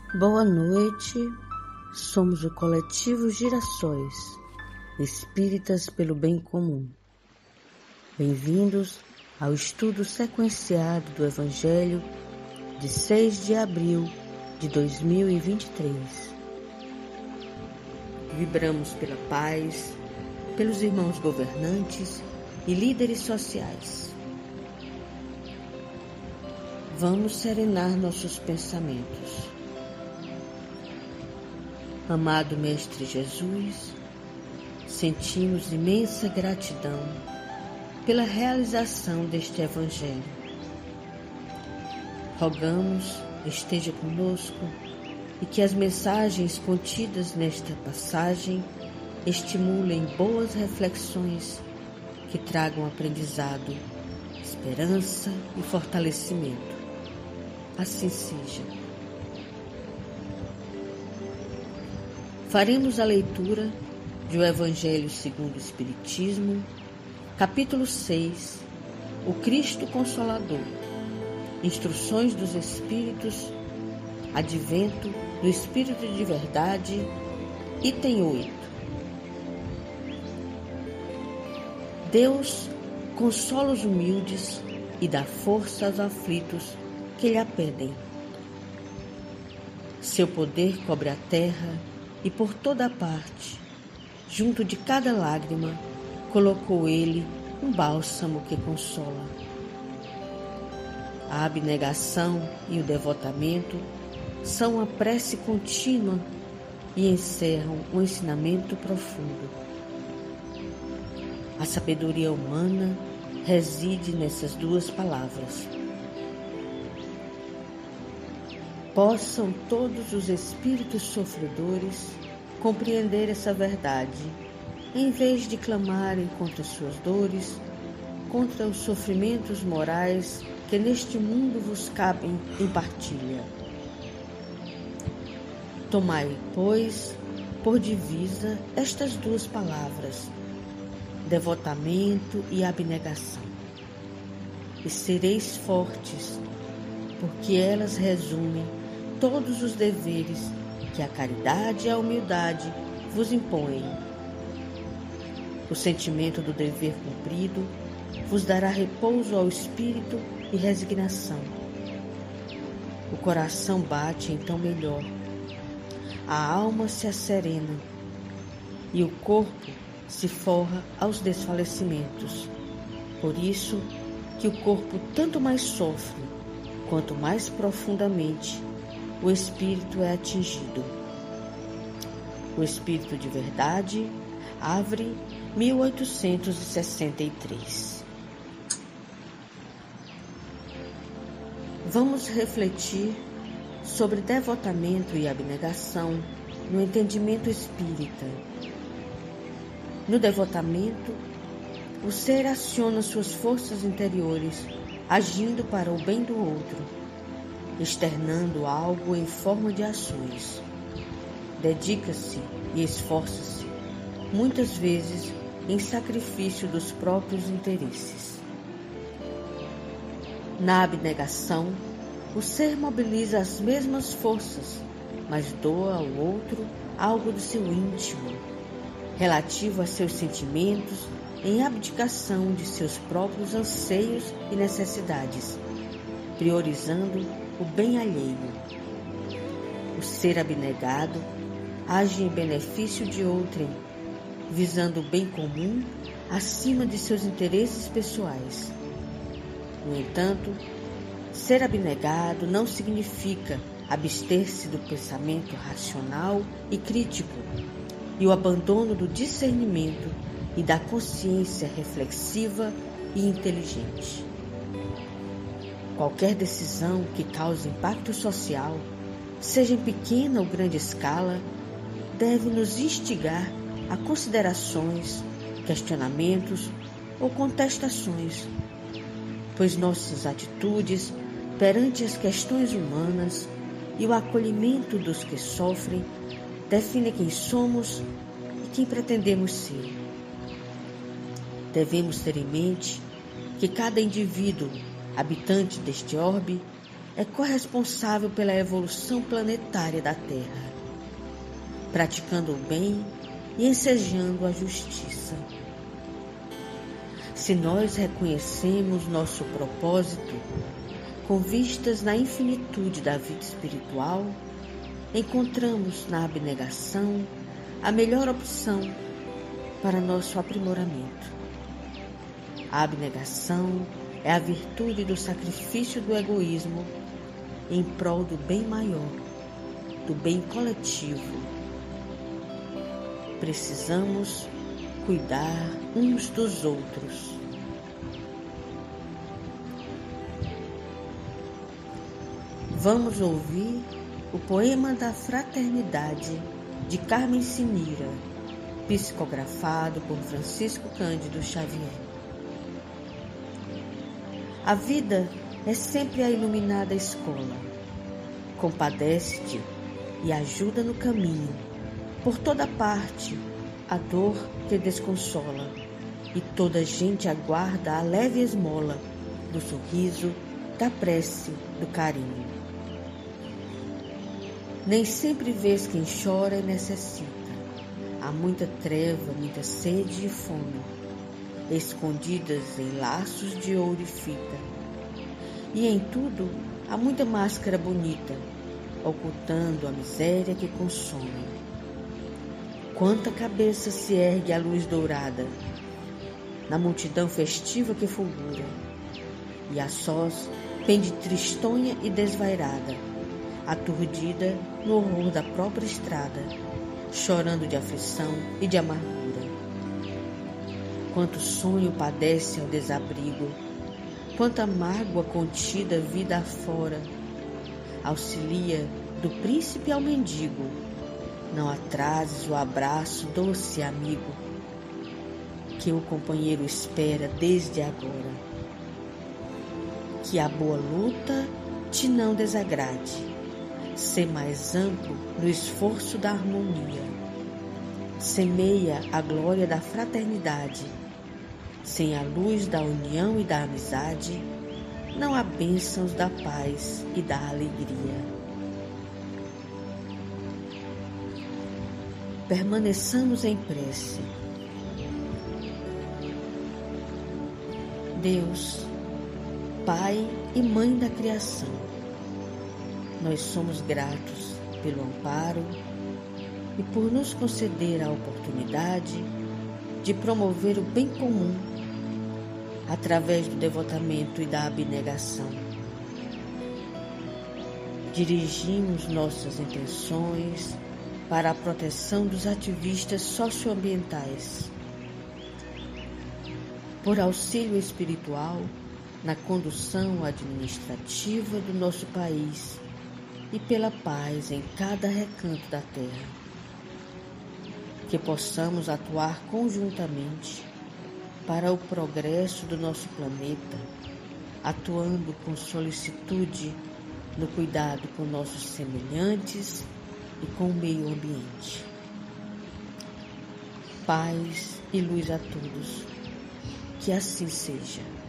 Boa noite, somos o Coletivo Girassóis, Espíritas pelo Bem Comum. Bem-vindos ao estudo sequenciado do Evangelho de 6 de abril de 2023. Vibramos pela paz, pelos irmãos governantes e líderes sociais. Vamos serenar nossos pensamentos. Amado Mestre Jesus, sentimos imensa gratidão pela realização deste Evangelho. Rogamos, esteja conosco e que as mensagens contidas nesta passagem estimulem boas reflexões que tragam aprendizado, esperança e fortalecimento. Assim seja. Faremos a leitura do Evangelho segundo o Espiritismo, capítulo 6, o Cristo Consolador, Instruções dos Espíritos, Advento do Espírito de Verdade, item 8. Deus consola os humildes e dá força aos aflitos que lhe a pedem. Seu poder cobre a terra e por toda a parte, junto de cada lágrima, colocou ele um bálsamo que consola. A abnegação e o devotamento são a prece contínua e encerram um ensinamento profundo. A sabedoria humana reside nessas duas palavras. Possam todos os espíritos sofredores compreender essa verdade, em vez de clamarem contra suas dores, contra os sofrimentos morais que neste mundo vos cabem em partilha. Tomai, pois, por divisa estas duas palavras, devotamento e abnegação, e sereis fortes, porque elas resumem todos os deveres que a caridade e a humildade vos impõem. O sentimento do dever cumprido vos dará repouso ao espírito e resignação. O coração bate então melhor, a alma se asserena e o corpo se forra aos desfalecimentos. Por isso que o corpo tanto mais sofre, quanto mais profundamente o espírito é atingido. O Espírito de Verdade, Havre, 1863. Vamos refletir sobre devotamento e abnegação no entendimento espírita. No devotamento, o ser aciona suas forças interiores, agindo para o bem do outro, externando algo em forma de ações. Dedica-se e esforça-se, muitas vezes em sacrifício dos próprios interesses. Na abnegação, o ser mobiliza as mesmas forças, mas doa ao outro algo do seu íntimo, relativo a seus sentimentos, em abdicação de seus próprios anseios e necessidades, priorizando o bem alheio. O ser abnegado age em benefício de outrem, visando o bem comum acima de seus interesses pessoais. No entanto, ser abnegado não significa abster-se do pensamento racional e crítico e o abandono do discernimento e da consciência reflexiva e inteligente. Qualquer decisão que cause impacto social, seja em pequena ou grande escala, deve nos instigar a considerações, questionamentos ou contestações, pois nossas atitudes perante as questões humanas e o acolhimento dos que sofrem definem quem somos e quem pretendemos ser. Devemos ter em mente que cada indivíduo habitante deste orbe é corresponsável pela evolução planetária da Terra, praticando o bem e ensejando a justiça. Se nós reconhecemos nosso propósito, com vistas na infinitude da vida espiritual, encontramos na abnegação a melhor opção para nosso aprimoramento. A abnegação é a virtude do sacrifício do egoísmo em prol do bem maior, do bem coletivo. Precisamos cuidar uns dos outros. Vamos ouvir o poema da Fraternidade de Carmen Sinira, psicografado por Francisco Cândido Xavier. A vida é sempre a iluminada escola. Compadece-te e ajuda no caminho. Por toda parte, a dor te desconsola, e toda gente aguarda a leve esmola do sorriso, da prece, do carinho. Nem sempre vês quem chora e necessita. Há muita treva, muita sede e fome, escondidas em laços de ouro e fita. E em tudo há muita máscara bonita, ocultando a miséria que consome. Quanta cabeça se ergue à luz dourada, na multidão festiva que fulgura, e a sós pende tristonha e desvairada, aturdida no horror da própria estrada, chorando de aflição e de amargura. Quanto sonho padece ao desabrigo, quanta mágoa contida vida afora, auxilia do príncipe ao mendigo, não atrases o abraço, doce amigo, que o companheiro espera desde agora. Que a boa luta te não desagrade, sê mais amplo no esforço da harmonia. Semeia a glória da fraternidade. Sem a luz da união e da amizade, não há bênçãos da paz e da alegria. Permaneçamos em prece. Deus, Pai e Mãe da criação, nós somos gratos pelo amparo e por nos conceder a oportunidade de promover o bem comum através do devotamento e da abnegação. Dirigimos nossas intenções para a proteção dos ativistas socioambientais, por auxílio espiritual na condução administrativa do nosso país e pela paz em cada recanto da terra. Que possamos atuar conjuntamente para o progresso do nosso planeta, atuando com solicitude no cuidado com nossos semelhantes e com o meio ambiente. Paz e luz a todos. Que assim seja.